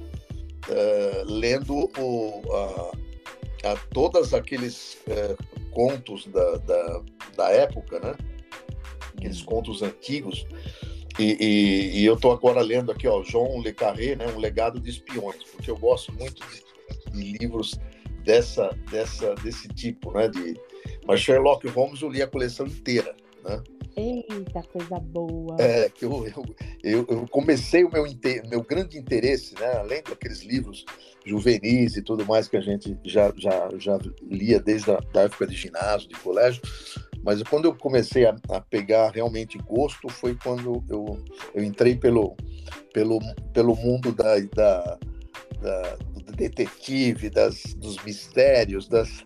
[SPEAKER 2] uh, lendo o, a, a todos aqueles uh, contos da, da, da época, né? Aqueles hum. contos antigos. E, e, e eu estou agora lendo aqui, ó, John Le Carré, né? Um Legado de Espiões, porque eu gosto muito de, de livros dessa, dessa, desse tipo, né? De... Mas Sherlock Holmes eu li a coleção inteira, né?
[SPEAKER 1] Eita, coisa boa!
[SPEAKER 2] É, que eu, eu, eu, eu comecei o meu, meu grande interesse, né? Além daqueles livros juvenis e tudo mais que a gente já, já, já lia desde a da época de ginásio, de colégio, mas quando eu comecei a, a pegar realmente gosto foi quando eu, eu entrei pelo, pelo, pelo mundo da, da, da, do detetive, das, dos mistérios, das...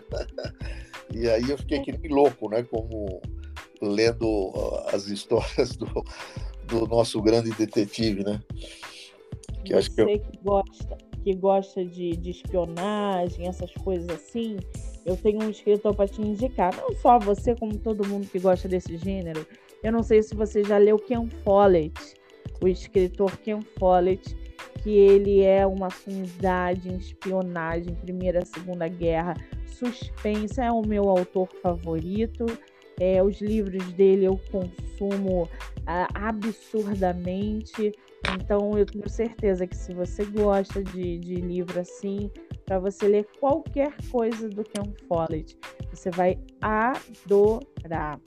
[SPEAKER 2] E aí eu fiquei que nem louco, né? Como lendo as histórias do, do nosso grande detetive, né?
[SPEAKER 1] Que Você acho que, eu... que gosta, que gosta de, de espionagem, essas coisas assim, eu tenho um escritor para te indicar. Não só você, como todo mundo que gosta desse gênero. Eu não sei se você já leu Ken Follett, o escritor Ken Follett, que ele é uma sumidade em espionagem, Primeira e Segunda Guerra, suspense, é o meu autor favorito. É, os livros dele eu consumo ah, absurdamente. Então eu tenho certeza que se você gosta de, de livro assim, para você ler qualquer coisa do Ken Follett, você vai adorar.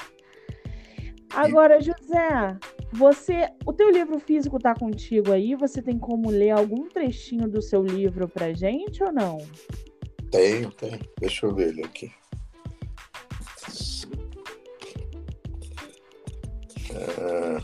[SPEAKER 1] Agora, José, você, o teu livro físico está contigo aí? Você tem como ler algum trechinho do seu livro pra gente ou não?
[SPEAKER 2] Tenho, tenho. Deixa eu ver ele aqui. Ah,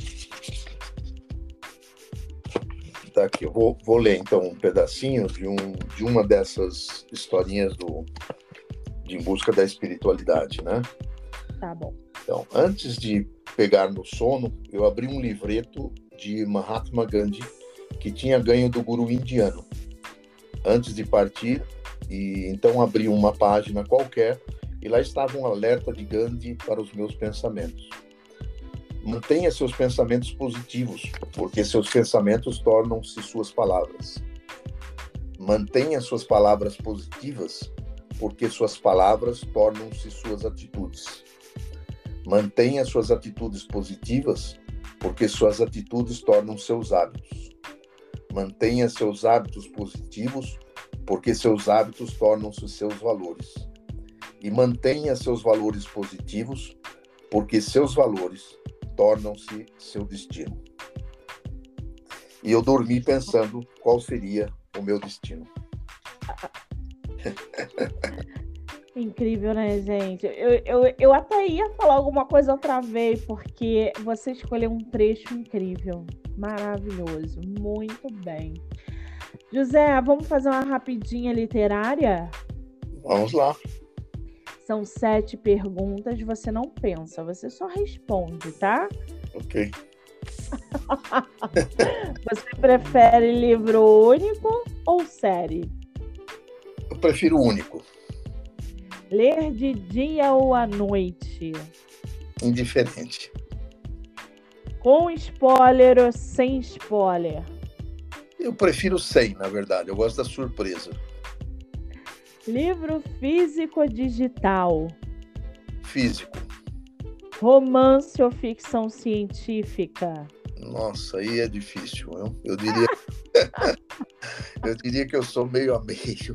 [SPEAKER 2] tá aqui, eu vou, vou ler então um pedacinho de, um, de uma dessas historinhas do, de Em Busca da Espiritualidade, né?
[SPEAKER 1] Tá bom.
[SPEAKER 2] Então, antes de pegar no sono, eu abri um livreto de Mahatma Gandhi que tinha ganho do guru indiano. Antes de partir, e então abri uma página qualquer e lá estava um alerta de Gandhi para os meus pensamentos. Mantenha seus pensamentos positivos, porque seus pensamentos tornam-se suas palavras. Mantenha suas palavras positivas, porque suas palavras tornam-se suas atitudes. Mantenha suas atitudes positivas, porque suas atitudes tornam seus hábitos. Mantenha seus hábitos positivos, porque seus hábitos tornam-se seus valores. E mantenha seus valores positivos, porque seus valores tornam-se seu destino. E eu dormi pensando qual seria o meu destino.
[SPEAKER 1] Incrível, né, gente? Eu, eu, eu até ia falar alguma coisa outra vez, porque você escolheu um trecho incrível, maravilhoso, muito bem. José, vamos fazer uma rapidinha literária?
[SPEAKER 2] Vamos lá.
[SPEAKER 1] São sete perguntas, você não pensa, você só responde, tá?
[SPEAKER 2] Ok.
[SPEAKER 1] Você prefere livro único ou série?
[SPEAKER 2] Eu prefiro único.
[SPEAKER 1] Ler de dia ou à noite?
[SPEAKER 2] Indiferente.
[SPEAKER 1] Com spoiler ou sem spoiler?
[SPEAKER 2] Eu prefiro sem, na verdade. Eu gosto da surpresa.
[SPEAKER 1] Livro físico ou digital?
[SPEAKER 2] Físico.
[SPEAKER 1] Romance ou ficção científica?
[SPEAKER 2] Nossa, aí é difícil. Eu, eu diria... eu diria que eu sou meio a meio.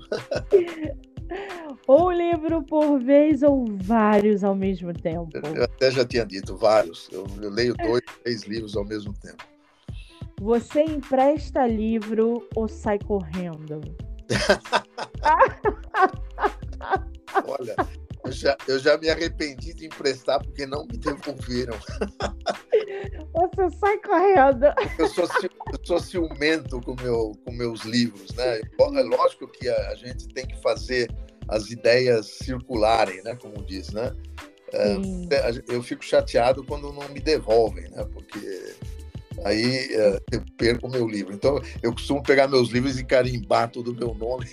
[SPEAKER 1] Um livro por vez ou vários ao mesmo tempo?
[SPEAKER 2] Eu até já tinha dito, vários. Eu, eu leio dois, três livros ao mesmo tempo.
[SPEAKER 1] Você empresta livro ou sai correndo?
[SPEAKER 2] Olha, eu já, eu já me arrependi de emprestar porque não me devolveram.
[SPEAKER 1] Você sai correndo.
[SPEAKER 2] Eu sou, eu sou ciumento com, meu, com meus livros, né? É lógico que a, a gente tem que fazer as ideias circularem, né? Como diz, né? É, eu fico chateado quando não me devolvem, né? Porque aí é, eu perco o meu livro. Então, eu costumo pegar meus livros e carimbar tudo o meu nome.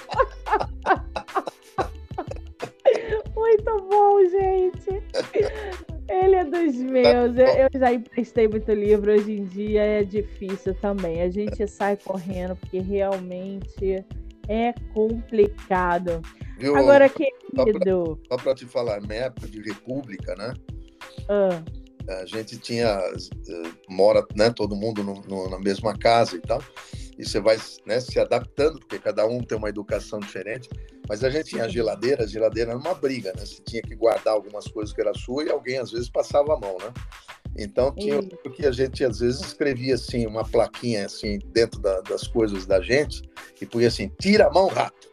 [SPEAKER 1] Muito bom, gente. Ele é dos meus. Eu, eu já emprestei muito livro. Hoje em dia é difícil também. A gente sai correndo porque realmente é complicado.
[SPEAKER 2] Viu?
[SPEAKER 1] Agora, querido...
[SPEAKER 2] Só para te falar, na época de República, né?
[SPEAKER 1] Ah.
[SPEAKER 2] A gente tinha... Mora, né, todo mundo no, no, na mesma casa e tal. E você vai, né, se adaptando, porque cada um tem uma educação diferente. Mas a gente tinha a geladeira. A geladeira era uma briga, né? Você tinha que guardar algumas coisas que era sua e alguém, às vezes, passava a mão, né? Então, tinha o que a gente, às vezes, escrevia, assim, uma plaquinha, assim, dentro da, das coisas da gente, e punha assim, tira a mão, rato.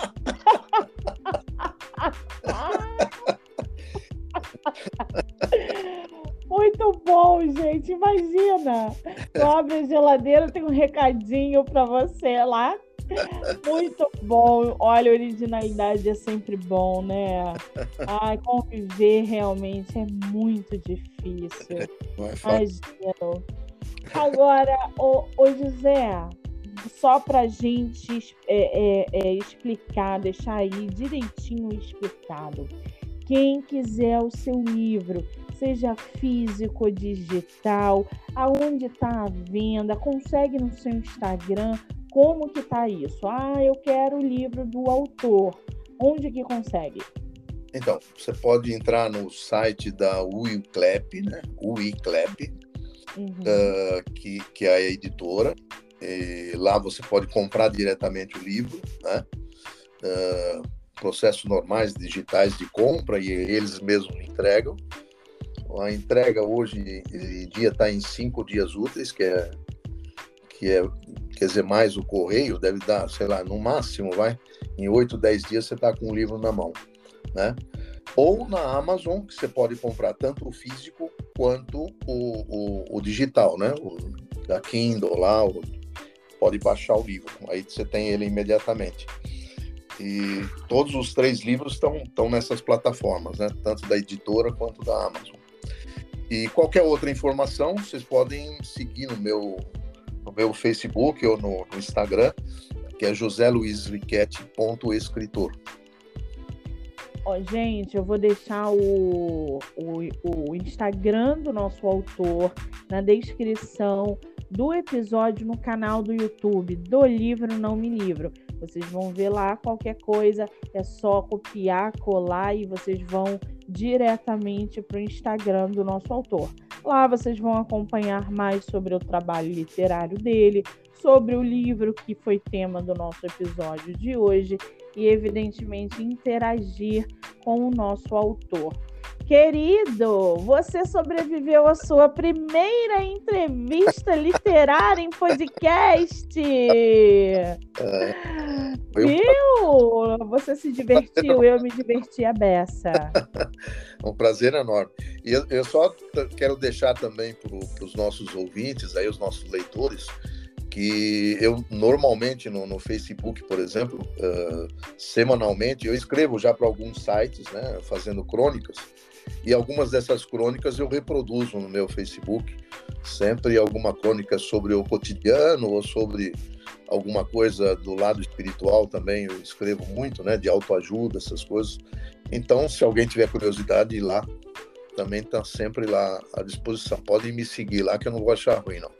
[SPEAKER 1] Muito bom, gente. Imagina. Eu abro a geladeira, tem um recadinho para você lá. Muito bom. Olha, originalidade é sempre bom, né? Ai, conviver realmente é muito difícil. Imagina. Agora, ô, ô José, só pra gente é, é, é, explicar, deixar aí direitinho explicado. Quem quiser o seu livro, seja físico ou digital, aonde está a venda, consegue no seu Instagram, como que tá isso? Ah, eu quero o livro do autor. Onde que consegue?
[SPEAKER 2] Então, você pode entrar no site da Wiclap, né? Wiclap, uhum. uh, que, que é a editora. E lá você pode comprar diretamente o livro, né? Uh, processos normais, digitais de compra, e eles mesmos entregam. A entrega hoje em dia está em cinco dias úteis, que é, que é, quer dizer, mais o correio, deve dar, sei lá, no máximo, vai, em oito, dez dias você está com o livro na mão, né? Ou na Amazon, que você pode comprar tanto o físico quanto o, o, o digital, né? O, da Kindle lá, o, pode baixar o livro, aí você tem ele imediatamente. E todos os três livros estão estão nessas plataformas, né? Tanto da editora quanto da Amazon. E qualquer outra informação, vocês podem seguir no meu, no meu Facebook ou no, no Instagram, que é josé luiz riquetti ponto escritor.
[SPEAKER 1] Ó, gente, eu vou deixar o, o, o Instagram do nosso autor na descrição do episódio no canal do YouTube do Livro Não Me Livro. Vocês vão ver lá, qualquer coisa é só copiar, colar e vocês vão diretamente para o Instagram do nosso autor. Lá vocês vão acompanhar mais sobre o trabalho literário dele, sobre o livro que foi tema do nosso episódio de hoje e, evidentemente, interagir com o nosso autor. Querido, você sobreviveu à sua primeira entrevista literária em podcast. É, Viu? Você se divertiu, eu me diverti a beça.
[SPEAKER 2] Um prazer enorme. E eu, eu só quero deixar também para os nossos ouvintes, aí, os nossos leitores, que eu normalmente no, no Facebook, por exemplo, uh, semanalmente, eu escrevo já para alguns sites, né, fazendo crônicas, e algumas dessas crônicas eu reproduzo no meu Facebook, sempre alguma crônica sobre o cotidiano ou sobre alguma coisa do lado espiritual também, eu escrevo muito, né, de autoajuda, essas coisas. Então, se alguém tiver curiosidade, ir lá, também está sempre lá à disposição. Podem me seguir lá, que eu não vou achar ruim, não.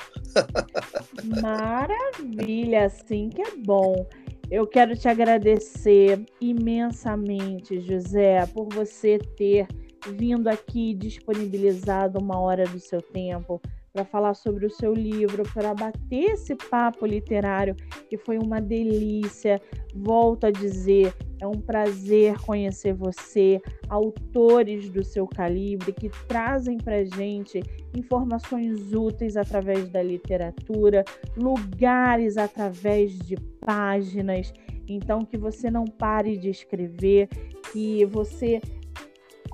[SPEAKER 1] Maravilha, assim que é bom. Eu quero te agradecer imensamente, José, por você ter vindo aqui, disponibilizado uma hora do seu tempo para falar sobre o seu livro, para bater esse papo literário, que foi uma delícia. Volto a dizer, é um prazer conhecer você, autores do seu calibre, que trazem para a gente informações úteis através da literatura, lugares através de páginas. Então, que você não pare de escrever, que você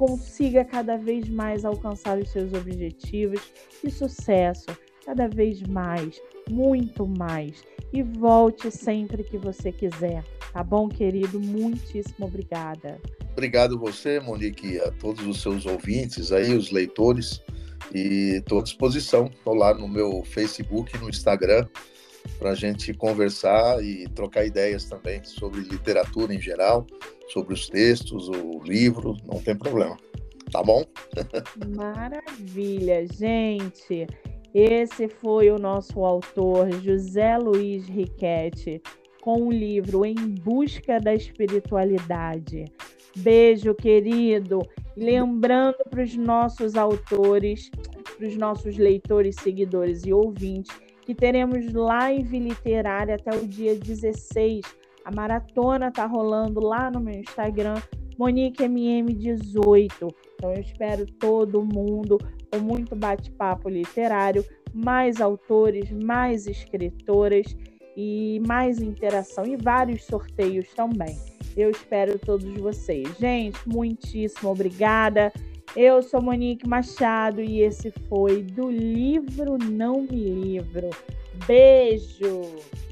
[SPEAKER 1] consiga cada vez mais alcançar os seus objetivos e sucesso, cada vez mais, muito mais. E volte sempre que você quiser, tá bom, querido? Muitíssimo obrigada.
[SPEAKER 2] Obrigado você, Monique, a todos os seus ouvintes aí, os leitores, e estou à disposição. Estou lá no meu Facebook, no Instagram, para a gente conversar e trocar ideias também sobre literatura em geral, sobre os textos, o livro, não tem problema. Tá bom?
[SPEAKER 1] Maravilha, gente! Esse foi o nosso autor, José Luiz Riquetti, com o livro Em Busca da Espiritualidade. Beijo, querido! E lembrando para os nossos autores, para os nossos leitores, seguidores e ouvintes, que teremos live literária até o dia dezesseis. A maratona está rolando lá no meu Instagram, Monique M M dezoito. Então eu espero todo mundo com muito bate-papo literário, mais autores, mais escritoras e mais interação e vários sorteios também. Eu espero todos vocês. Gente, muitíssimo obrigada. Eu sou Monique Machado e esse foi Do Livro Não Me Livro. Beijo!